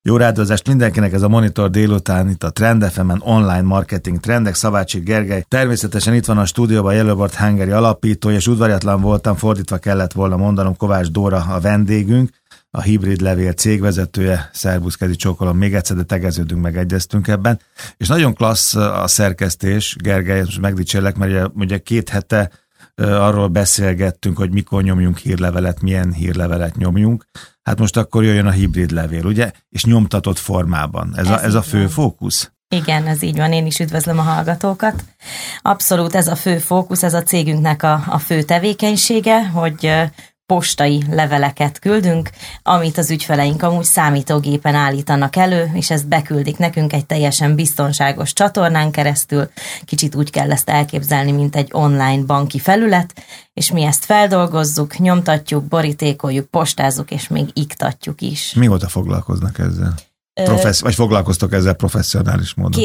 Jó rádozást mindenkinek, ez a Monitor délután, itt a Trend FM-en online marketing trendek. Szabácsik Gergely. Természetesen itt van a stúdióban Yellowbird Hungary alapítója, és udvariatlan voltam, fordítva kellett volna mondanom, Kovács Dóra a vendégünk, a Hibrid Levél cégvezetője. Szervusz, kezi csókolom még egyszer, de tegeződünk, megegyeztünk ebben. És nagyon klassz a szerkesztés, Gergely, most megdicsérlek, mert ugye 2 hete arról beszélgettünk, hogy mikor nyomjunk hírlevelet, milyen hírlevelet nyomjunk. Hát most akkor jöjjön a hibrid levél, ugye? És nyomtatott formában. Ez a fő fókusz? Igen, ez így van, én is üdvözlöm a hallgatókat. Abszolút ez a fő fókusz, ez a cégünknek a fő tevékenysége, hogy postai leveleket küldünk, amit az ügyfeleink amúgy számítógépen állítanak elő, és ezt beküldik nekünk egy teljesen biztonságos csatornán keresztül. Kicsit úgy kell ezt elképzelni, mint egy online banki felület, és mi ezt feldolgozzuk, nyomtatjuk, borítékoljuk, postázzuk, és még iktatjuk is. Mióta foglalkoznak ezzel? Vagy foglalkoztok ezzel professzionális módon?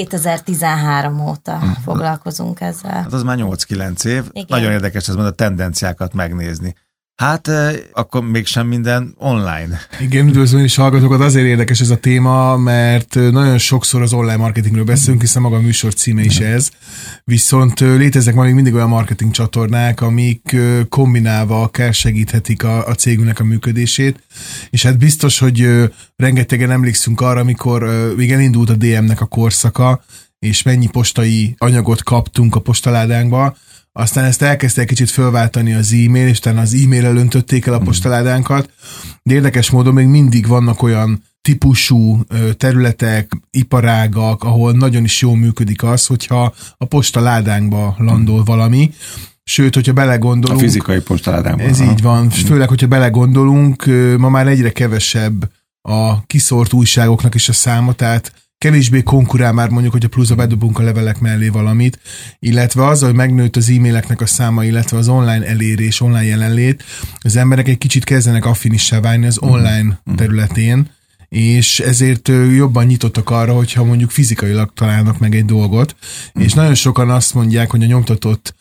2013 óta foglalkozunk ezzel. Hát az már 8-9 év. Igen. Nagyon érdekes ez, a tendenciákat megnézni. Hát akkor mégsem minden online. Igen, üdvözlöm is hallgatókat, azért érdekes ez a téma, mert nagyon sokszor az online marketingről beszélünk, hiszen maga a műsor címe is ez. Viszont léteznek még mindig olyan marketing csatornák, amik kombinálva akár segíthetik a cégünknek a működését. És hát biztos, hogy rengetegen emlékszünk arra, amikor még elindult a DM-nek a korszaka, és mennyi postai anyagot kaptunk a postaládánkba. Aztán ezt elkezdte egy kicsit fölváltani az e-mail, és talán az e-mail-el öntötték el a postaládánkat, de érdekes módon még mindig vannak olyan típusú területek, iparágak, ahol nagyon is jól működik az, hogyha a postaládánkba landol valami. Sőt, hogyha belegondolunk... A fizikai postaládánkban. Ez így van, főleg, hogyha belegondolunk, ma már egyre kevesebb a kiszórt újságoknak is a száma, tehát kevésbé konkurál már mondjuk, hogyha pluszba bedobunk a levelek mellé valamit, illetve az, hogy megnőtt az e-maileknek a száma, illetve az online elérés, online jelenlét, az emberek egy kicsit kezdenek affinissá válni az online területén, és ezért jobban nyitottak arra, hogyha mondjuk fizikailag találnak meg egy dolgot, és nagyon sokan azt mondják, hogy a nyomtatott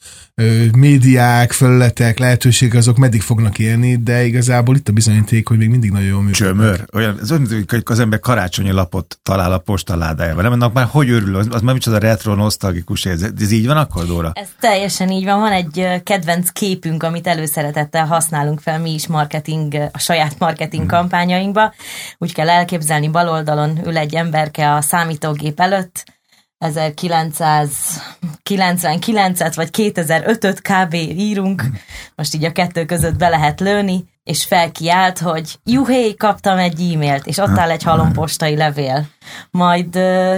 médiák, felületek, lehetőségek azok meddig fognak élni, de igazából itt a bizonyíték, hogy még mindig nagyon jól működik. Csömör. Olyan, ez olyan, hogy az ember karácsonyi lapot talál a postaládájában. Nem, annak már hogy örül, az már micsoda retro, nosztalgikus érzet. Ez így van akkor, Dóra? Ez teljesen így van. Van egy kedvenc képünk, amit előszeretettel használunk fel mi is a saját marketing kampányainkba. Úgy kell elképzelni, bal oldalon ül egy emberke a számítógép előtt, 1999-et vagy 2005-öt kb. Írunk, most így a kettő között be lehet lőni, és felkiált, hogy juhé, kaptam egy e-mailt, és ott áll egy halompostai levél. Majd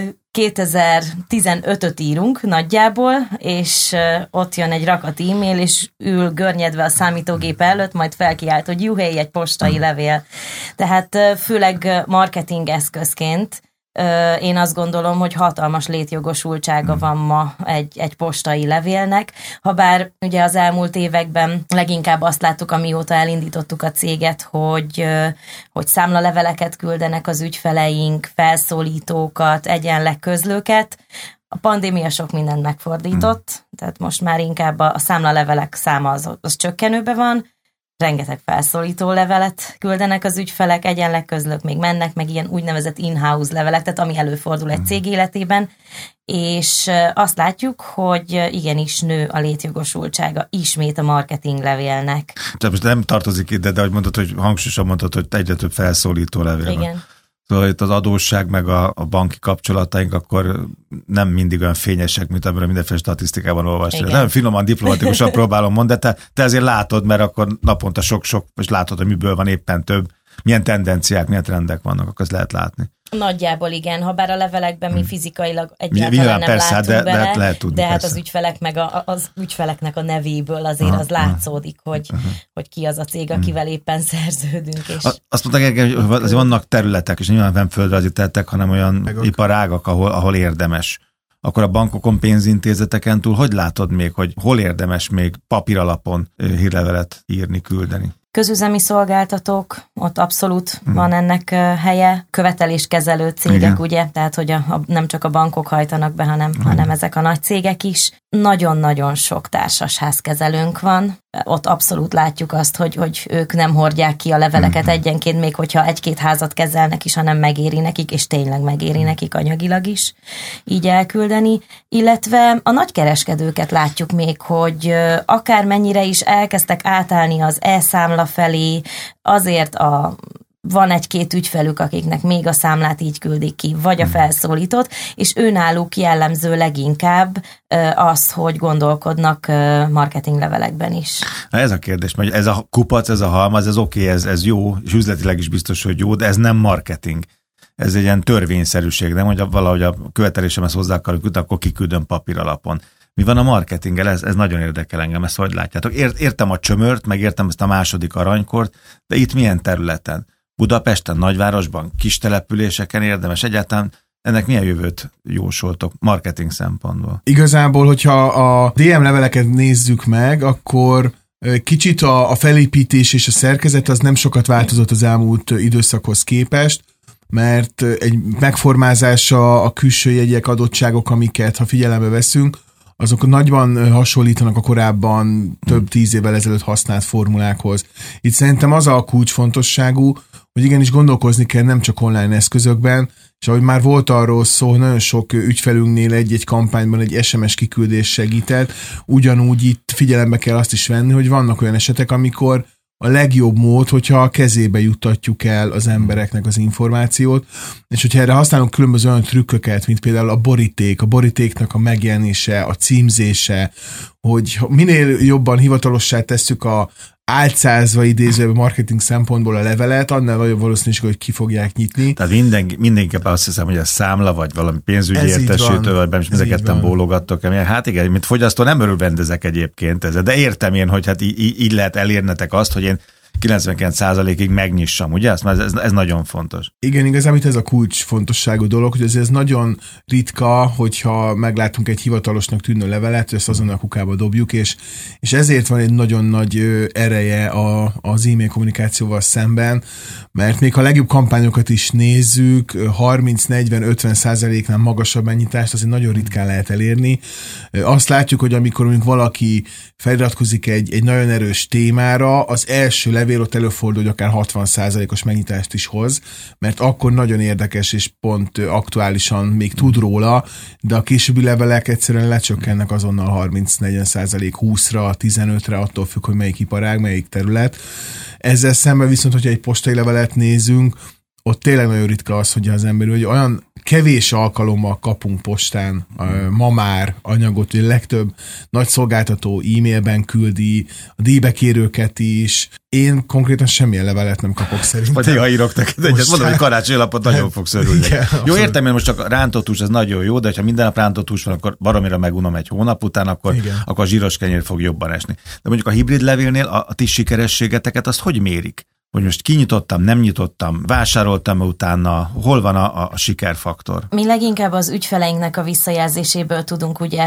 2015-öt írunk nagyjából, és ott jön egy rakat e-mail, és ül görnyedve a számítógép előtt, majd felkiált, hogy juhé, egy postai levél. Tehát főleg marketing eszközként én azt gondolom, hogy hatalmas létjogosultsága van ma egy postai levélnek, habár ugye az elmúlt években leginkább azt láttuk, amióta elindítottuk a céget, hogy számlaleveleket küldenek az ügyfeleink, felszólítókat, egyenleg közlőket. A pandémia sok mindent megfordított, tehát most már inkább a számlalevelek száma az csökkenőben van, rengeteg felszólító levelet küldenek az ügyfelek, egyenlegközlők még mennek, meg ilyen úgynevezett in-house levelek, tehát ami előfordul egy cég életében, és azt látjuk, hogy igenis nő a létjogosultsága ismét a marketing levélnek. Tehát most nem tartozik ide, de ahogy mondtad, hogy hangsúlyosan mondtad, hogy egyre több felszólító levél van. Igen. Szóval itt az adósság meg a banki kapcsolataink akkor nem mindig olyan fényesek, mint amiről mindenféle statisztikában olvasni. Nem finoman, diplomatikusan próbálom mondani, de te azért látod, mert akkor naponta sok-sok, és látod, hogy miből van éppen több, milyen tendenciák, milyen trendek vannak, akkor ezt lehet látni. Nagyjából igen, ha bár a levelekben mi fizikailag egyáltalán nem persze, látunk bele, lehet tudni, de hát persze. az ügyfelek meg az ügyfeleknek a nevéből azért az látszódik, hogy ki az a cég, akivel éppen szerződünk. És... Azt mondták, hogy azért vannak területek, és nyilván nem földrajzi területek, hanem olyan iparágak, ahol érdemes. Akkor a bankokon, pénzintézeteken túl hogy látod még, hogy hol érdemes még papíralapon hírlevelet írni, küldeni? Közüzemi szolgáltatók, ott abszolút van ennek helye, követeléskezelő cégek, igen. Ugye, tehát hogy nem csak a bankok hajtanak be, hanem ezek a nagy cégek is. Nagyon-nagyon sok társasházkezelőnk van, ott abszolút látjuk azt, hogy ők nem hordják ki a leveleket egyenként, még hogyha egy-két házat kezelnek is, hanem megéri nekik, és tényleg megéri nekik anyagilag is így elküldeni. Illetve a nagykereskedőket látjuk még, hogy akármennyire is elkezdtek átállni az e-számla felé, azért van egy-két ügyfelük, akiknek még a számlát így küldik ki, vagy a felszólított, és őnáluk jellemző leginkább az, hogy gondolkodnak marketinglevelekben is. Na ez a kérdés, mert ez a kupac, ez a halmaz, ez oké, ez jó, és üzletileg is biztos, hogy jó, de ez nem marketing. Ez egy ilyen törvényszerűség, nem, hogy valahogy a követelésemhez hozzá akarok jutni, akkor kiküldöm papír alapon. Mi van a marketinggel? Ez nagyon érdekel engem, ezt hogy látjátok? Értem a csömört, meg értem ezt a második aranykort, de itt milyen területen? Budapesten, nagyvárosban, kis településeken érdemes egyáltalán, ennek milyen jövőt jósoltok marketing szempontból? Igazából, hogyha a DM leveleket nézzük meg, akkor kicsit a felépítés és a szerkezet az nem sokat változott az elmúlt időszakhoz képest, mert egy megformázása, a külső jegyek, adottságok, amiket ha figyelembe veszünk, azok nagyban hasonlítanak a korábban több 10 évvel ezelőtt használt formulákhoz. Itt szerintem az a kulcsfontosságú, hogy igenis gondolkozni kell nem csak online eszközökben, és ahogy már volt arról szó, hogy nagyon sok ügyfelünknél egy-egy kampányban egy SMS kiküldés segített, ugyanúgy itt figyelembe kell azt is venni, hogy vannak olyan esetek, amikor a legjobb mód, hogyha a kezébe juttatjuk el az embereknek az információt, és hogyha erre használunk különböző olyan trükköket, mint például a borítéknak a megjelenése, a címzése, hogy minél jobban hivatalossá tesszük a álcázva idézőben marketing szempontból a levelet, annál nagyobb valószínűség, hogy ki fogják nyitni. Tehát mindenképpen azt hiszem, hogy a számla, vagy valami pénzügyi értesítő, vagy benne is mindenketten bólogattok. Hát igen, mint fogyasztó nem örülbendezek egyébként ezzel, de értem én, hogy hát így lehet elérnetek azt, hogy én 99%-ig megnyissam, ugye? Ez nagyon fontos. Igen, igazából itt ez a kulcsfontosságú dolog, hogy ez nagyon ritka, hogyha meglátunk egy hivatalosnak tűnő levelet, ezt azonnal a kukába dobjuk, és ezért van egy nagyon nagy ereje az e-mail kommunikációval szemben, mert még a legjobb kampányokat is nézzük, 30-40-50%-nál magasabb mennyitást azért nagyon ritkán lehet elérni. Azt látjuk, hogy amikor valaki feliratkozik egy nagyon erős témára, az első levél ott előfordul, hogy akár 60%-os megnyitást is hoz, mert akkor nagyon érdekes és pont aktuálisan még tud róla, de a későbbi levelek egyszerűen lecsökkennek azonnal 30-40%, 20-ra, 15-re, attól függ, hogy melyik iparág, melyik terület. Ezzel szemben viszont, hogyha egy postai levelet nézünk, ott tényleg nagyon ritka az, hogy az ember, hogy olyan kevés alkalommal kapunk postán ma már anyagot, hogy a legtöbb nagy szolgáltató e-mailben küldi, a díjbekérőket is. Én konkrétan semmilyen levelet nem kapok szerintem. Vagy néha írok neked egyet, mondom, hogy karácsonyi lapot nagyon fogsz örülni. Jó, értem, én most csak rántott hús, ez nagyon jó, de ha minden nap rántott hús van, akkor baromira megunom egy hónap után, akkor a zsíros kenyér fog jobban esni. De mondjuk a hibrid levélnél a ti sikerességeteket azt hogy mérik? Hogy most kinyitottam, nem nyitottam, vásároltam utána, hol van a sikerfaktor? Mi leginkább az ügyfeleinknek a visszajelzéséből tudunk ugye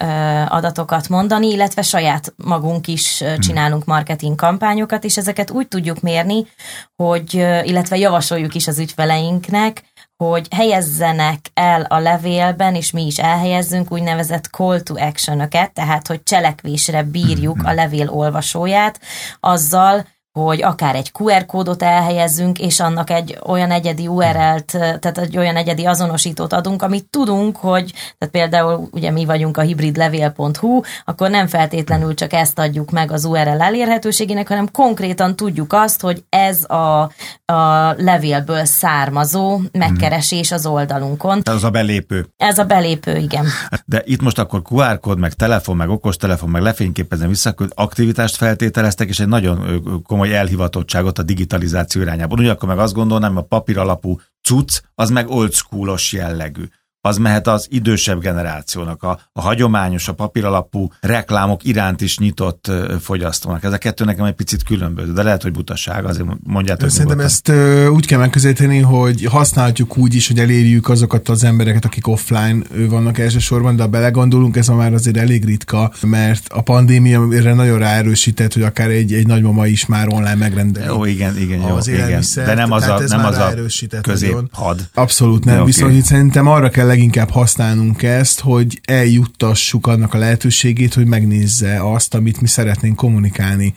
adatokat mondani, illetve saját magunk is csinálunk marketing kampányokat, és ezeket úgy tudjuk mérni, hogy, illetve javasoljuk is az ügyfeleinknek, hogy helyezzenek el a levélben, és mi is elhelyezzünk úgynevezett call to action-öket, tehát hogy cselekvésre bírjuk a levél olvasóját azzal, hogy akár egy QR kódot elhelyezzünk, és annak egy olyan egyedi URL-t, tehát egy olyan egyedi azonosítót adunk, amit tudunk, hogy tehát például ugye mi vagyunk a hibridlevél.hu, akkor nem feltétlenül csak ezt adjuk meg az URL elérhetőségének, hanem konkrétan tudjuk azt, hogy ez a levélből származó megkeresés az oldalunkon. Ez a belépő. Ez a belépő, igen. De itt most akkor QR kód, meg telefon, meg okostelefon, meg lefényképezni visszaküld, aktivitást feltételeztek, és egy nagyon komoly elhivatottságot a digitalizáció irányában. Ugyanakkor meg azt gondolnám, a papír alapú cucc, az meg old schoolos jellegű. Az mehet az idősebb generációnak, a hagyományos, a papíralapú reklámok iránt is nyitott fogyasztónak. Ez a kettő nekem egy picit különböző, de lehet, hogy butaság, azért mondjátok. Szerintem ezt úgy kell megközelíteni, hogy használhatjuk úgy is, hogy elérjük azokat az embereket, akik offline vannak elsősorban, de ha belegondolunk, ez már azért elég ritka, mert a pandémia erre nagyon ráerősített, hogy akár egy nagymama is már online megrendeli. Jó, igen, de nem az a középhad. Abszolút nem, okay. Viszont itt szerintem arra kell leginkább használnunk ezt, hogy eljuttassuk annak a lehetőségét, hogy megnézze azt, amit mi szeretnénk kommunikálni.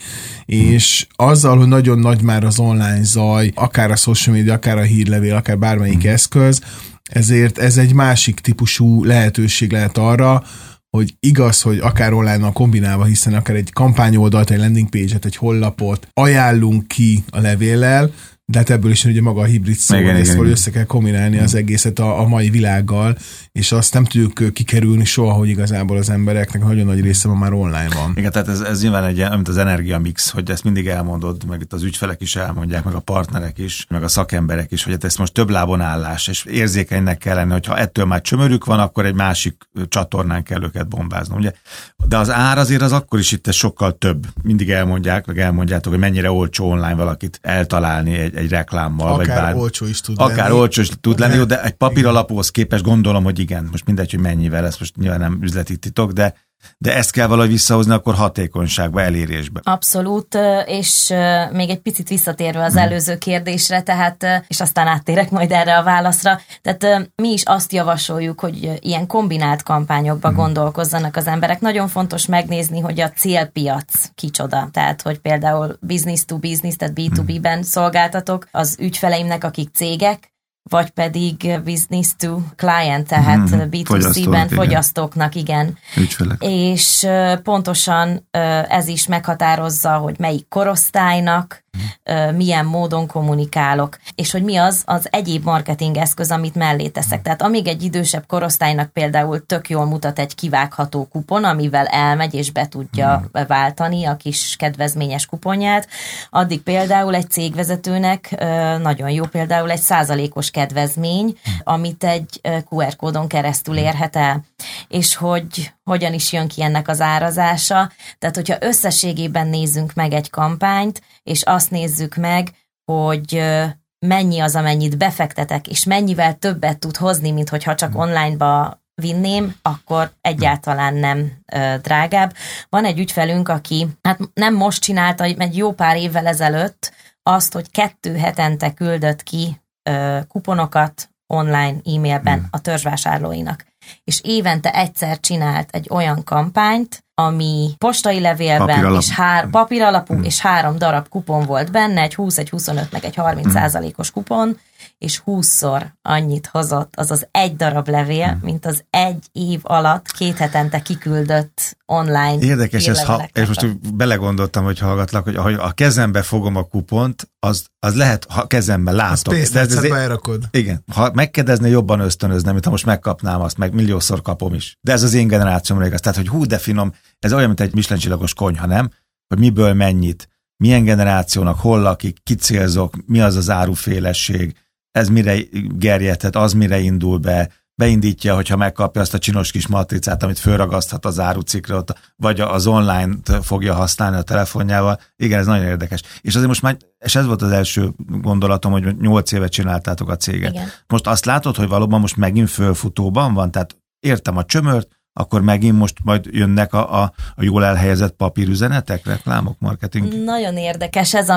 És azzal, hogy nagyon nagy már az online zaj, akár a social media, akár a hírlevél, akár bármelyik eszköz, ezért ez egy másik típusú lehetőség lehet arra, hogy igaz, hogy akár online-nal kombinálva, hiszen akár egy kampányoldalt, egy landing page-et, egy honlapot ajánlunk ki a levéllel, de hát ebből is ugye maga a hibrid szó, hogy ezt össze kell kombinálni az egészet a mai világgal, és azt nem tudjuk kikerülni soha, hogy igazából az embereknek nagyon nagy része már online van. Igen, tehát ez nyilván egy mint az energiamix, hogy ezt mindig elmondod, meg itt az ügyfelek is elmondják, meg a partnerek is, meg a szakemberek is, hogy hát ez most több lábon állás, és érzékenynek kell lenni, hogyha ettől már csömörük van, akkor egy másik csatornán kell őket bombázni, ugye? De az ár azért az akkor is itt sokkal több. Mindig elmondják, meg elmondjátok, hogy mennyire olcsó online valakit eltalálni egy reklámmal. Akár vagy olcsó is tud lenni. Akár olcsó is tud lenni, de egy papíralapúhoz képest gondolom, hogy igen. Most mindegy, hogy mennyivel, ez most nyilván nem üzleti titok, de ezt kell valahogy visszahozni akkor hatékonyságba, elérésbe. Abszolút, és még egy picit visszatérve az előző kérdésre, tehát, és aztán áttérek majd erre a válaszra, tehát mi is azt javasoljuk, hogy ilyen kombinált kampányokba gondolkozzanak az emberek. Nagyon fontos megnézni, hogy a célpiac kicsoda, tehát hogy például business to business, tehát B2B-ben szolgáltatok az ügyfeleimnek, akik cégek, vagy pedig business to client, tehát B2C-ben fogyasztóknak, igen. Ügyfelek. És pontosan ez is meghatározza, hogy melyik korosztálynak, milyen módon kommunikálok, és hogy mi az egyéb marketing eszköz, amit mellé teszek. Tehát amíg egy idősebb korosztálynak például tök jól mutat egy kivágható kupon, amivel elmegy és be tudja váltani a kis kedvezményes kuponját, addig például egy cégvezetőnek nagyon jó például egy 1%-os kedvezmény, amit egy QR kódon keresztül érhet el. És hogy hogyan is jön ki ennek az árazása. Tehát, hogyha összességében nézzünk meg egy kampányt, és azt nézzük meg, hogy mennyi az, amennyit befektetek, és mennyivel többet tud hozni, mint hogyha csak online-ba vinném, akkor egyáltalán nem drágább. Van egy ügyfelünk, aki hát nem most csinálta, egy jó pár évvel ezelőtt azt, hogy 2 hetente küldött ki kuponokat online e-mailben a törzsvásárlóinak. És évente egyszer csinált egy olyan kampányt, ami postai levélben és papíralapú, és 3 darab kupon volt benne, egy 20, egy 25, meg egy 30%-os kupon, és 20-szor annyit hozott az egy darab levél, mint az 1 év alatt 2 hetente kiküldött online. Érdekes ez, és most belegondoltam, hogy hallgatlak, hogy ahogy a kezembe fogom a kupont, az lehet, ha kezemben látom. Azt elrakod. Igen, ha megkedezne, jobban ösztönözne, mint ha most megkapnám azt, meg milliószor kapom is. De ez az én generációmra igaz. Tehát, hogy hú, de finom, ez olyan, mint egy Michelin-csillagos konyha, nem? Hogy miből mennyit, milyen generációnak, hol lakik, ki célzok, mi az az árufélesség, ez mire gerjedhet, az mire indul be, beindítja, hogyha megkapja azt a csinos kis matricát, amit fölragaszthat az árucikkre, vagy az online-t fogja használni a telefonjával. Igen, ez nagyon érdekes. És azért most már, és ez volt az első gondolatom, hogy 8 éve csináltátok a céget. Igen. Most azt látod, hogy valóban most megint fölfutóban van, tehát értem a csömört, akkor megint most majd jönnek a jól elhelyezett papírüzenetek, reklámok, marketing? Nagyon érdekes ez,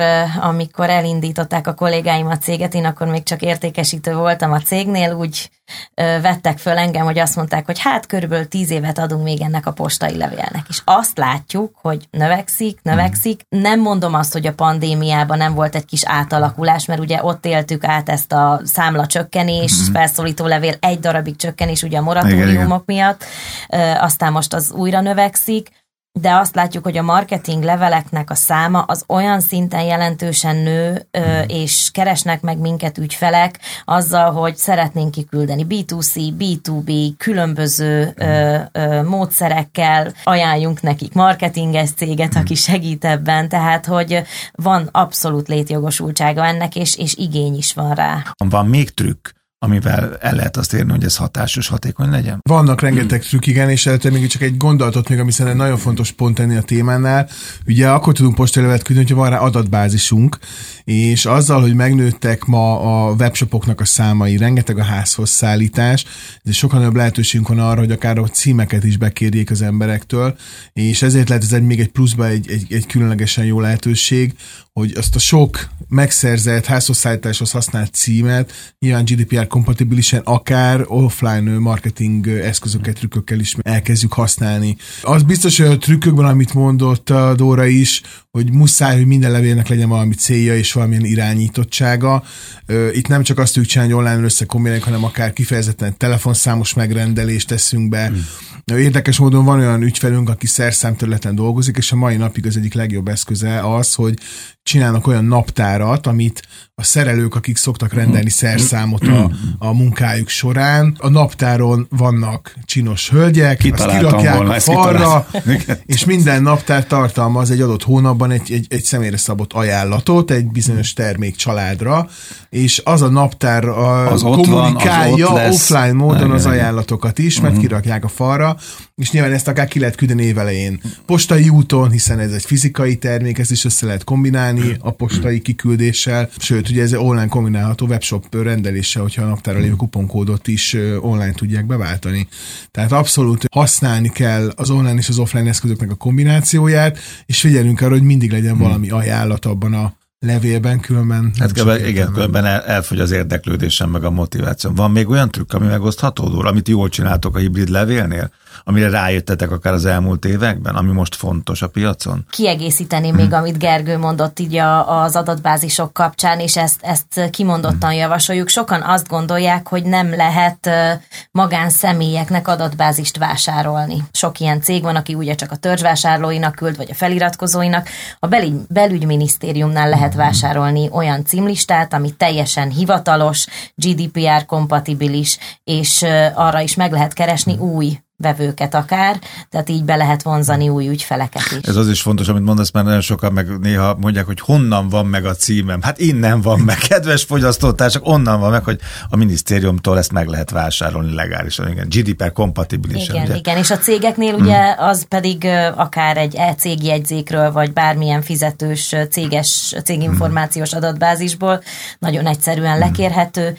amikor elindították a kollégáim a céget, én akkor még csak értékesítő voltam a cégnél, úgy vettek föl engem, hogy azt mondták, hogy hát körülbelül 10 évet adunk még ennek a postai levélnek. És azt látjuk, hogy növekszik. Nem mondom azt, hogy a pandémiában nem volt egy kis átalakulás, mert ugye ott éltük át ezt a számlacsökkenés, felszólító levél 1 darabig csökkenés ugye a moratóriumok miatt, aztán most az újra növekszik, de azt látjuk, hogy a marketing leveleknek a száma az olyan szinten jelentősen nő, és keresnek meg minket ügyfelek azzal, hogy szeretnénk kiküldeni B2C, B2B, különböző módszerekkel, ajánljunk nekik marketinges céget, aki segít ebben, tehát, hogy van abszolút létjogosultsága ennek, és igény is van rá. Van még trükk, amivel el lehet azt érni, hogy ez hatásos, hatékony legyen? Vannak rengeteg trükk, igen, és előtte még csak egy gondolatot még, ami szerintem nagyon fontos pont ennél a témánál. Ugye akkor tudunk postalevelet küldeni, hogyha van rá adatbázisunk, és azzal, hogy megnőttek ma a webshopoknak a számai, rengeteg a házhoz szállítás, de sokkal nagyobb lehetőségünk van arra, hogy akár a címeket is bekérjék az emberektől, és ezért lehet ez még egy pluszba egy különlegesen jó lehetőség, hogy azt a sok megszerzett házhoz szállításhoz használt címet nyilván GDPR kompatibilisen, akár offline marketing eszközöket, trükkökkel is elkezdjük használni. Az biztos, hogy a trükkökben, amit mondott a Dóra is, hogy muszáj, hogy minden levélnek legyen valami célja és valamilyen irányítottsága. Itt nem csak azt tudjuk csinálni, hogy online összekombináljuk, hanem akár kifejezetten telefonszámos megrendelést teszünk be. Érdekes módon van olyan ügyfelünk, aki szerszámterületen dolgozik, és a mai napig az egyik legjobb eszköze az, hogy csinálnak olyan naptárat, amit a szerelők, akik szoktak rendelni szerszámot a munkájuk során, a naptáron vannak csinos hölgyek, azt kirakják a falra, és minden naptár tartalmaz egy adott hónapban egy személyre szabott ajánlatot, egy bizonyos termék családra, és az a naptár kommunikálja offline módon az ajánlatokat is, mert kirakják a falra, és nyilván ezt akár ki lehet küldeni évelején postai úton, hiszen ez egy fizikai termék, ezt is össze lehet kombinálni a postai kiküldéssel, sőt, ugye ez online kombinálható webshop rendeléssel, hogyha a naptárra lévő kuponkódot is online tudják beváltani. Tehát abszolút használni kell az online és az offline eszközöknek a kombinációját, és figyelünk arra, hogy mindig legyen valami ajánlat abban a levélben, különben... Hát különben elfogy az érdeklődésem, meg a motiváció. Van még olyan trükk, ami megosztható, Dóra, amit jól csináltok a hibrid levélnél, amire rájöttetek akár az elmúlt években, ami most fontos a piacon? Kiegészíteni még, amit Gergő mondott így az adatbázisok kapcsán, és ezt kimondottan javasoljuk. Sokan azt gondolják, hogy nem lehet magánszemélyeknek adatbázist vásárolni. Sok ilyen cég van, aki ugye csak a törzsvásárlóinak küld, vagy a feliratkozóinak. A belügyminisztériumnál lehet vásárolni olyan címlistát, ami teljesen hivatalos, GDPR kompatibilis, és arra is meg lehet keresni új vevőket akár, tehát így be lehet vonzani új ügyfeleket is. Ez az is fontos, amit mondasz, mert nagyon sokan meg néha mondják, hogy honnan van meg a címem. Hát innen van meg, kedves fogyasztótársak, onnan van meg, hogy a minisztériumtól ezt meg lehet vásárolni legálisan. Igen, GDPR kompatibilisen. Igen, ugye? Igen, és a cégeknél ugye az pedig akár egy e-cégjegyzékről, vagy bármilyen fizetős céginformációs adatbázisból nagyon egyszerűen lekérhető,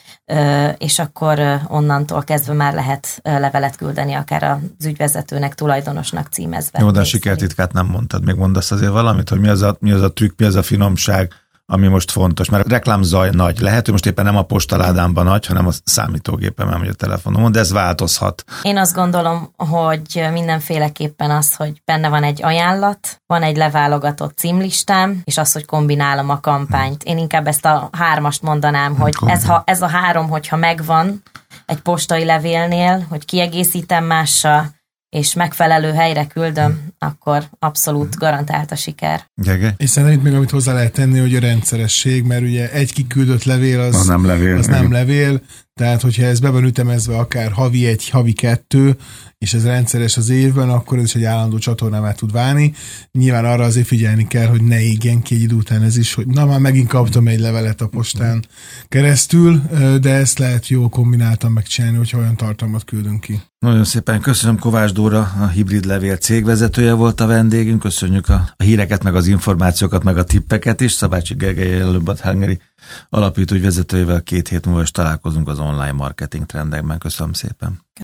és akkor onnantól kezdve már lehet levelet küldeni akár az ügyvezetőnek, tulajdonosnak címezve. Jó, de a sikertitkát nem mondtad. Még mondasz azért valamit, hogy mi az a trükk, mi az a finomság, ami most fontos, mert a reklámzaj nagy. Lehet, hogy most éppen nem a postaládámban nagy, hanem a számítógépemen, vagy a telefonomon, de ez változhat. Én azt gondolom, hogy mindenféleképpen az, hogy benne van egy ajánlat, van egy leválogatott címlistám, és az, hogy kombinálom a kampányt. Én inkább ezt a 3-ast mondanám, hogy ez a 3, hogyha megvan egy postai levélnél, hogy kiegészítem mással, és megfelelő helyre küldöm, akkor abszolút garantált a siker. Gege? És szerintem itt még amit hozzá lehet tenni, hogy a rendszeresség, mert ugye egy kiküldött levél az nem levél, tehát hogyha ez be van ütemezve akár havi 1, havi 2, és ez rendszeres az évben, akkor ez is egy állandó csatornává tud válni. Nyilván arra azért figyelni kell, hogy ne égjen ki egy idő után ez is, hogy na már megint kaptam egy levelet a postán keresztül, de ezt lehet jól kombináltan megcsinálni, hogyha olyan tartalmat küldünk ki. Nagyon szépen köszönöm, Kovács Dóra, a Hibrid Levél cégvezetője volt a vendégünk, köszönjük a híreket, meg az információkat, meg a tippeket is. Szabácsi Gergely Yellowbird Hungary alapító ügyvezetőjével 2 hét múlva is találkozunk az online marketing trendekben. Köszönöm szépen.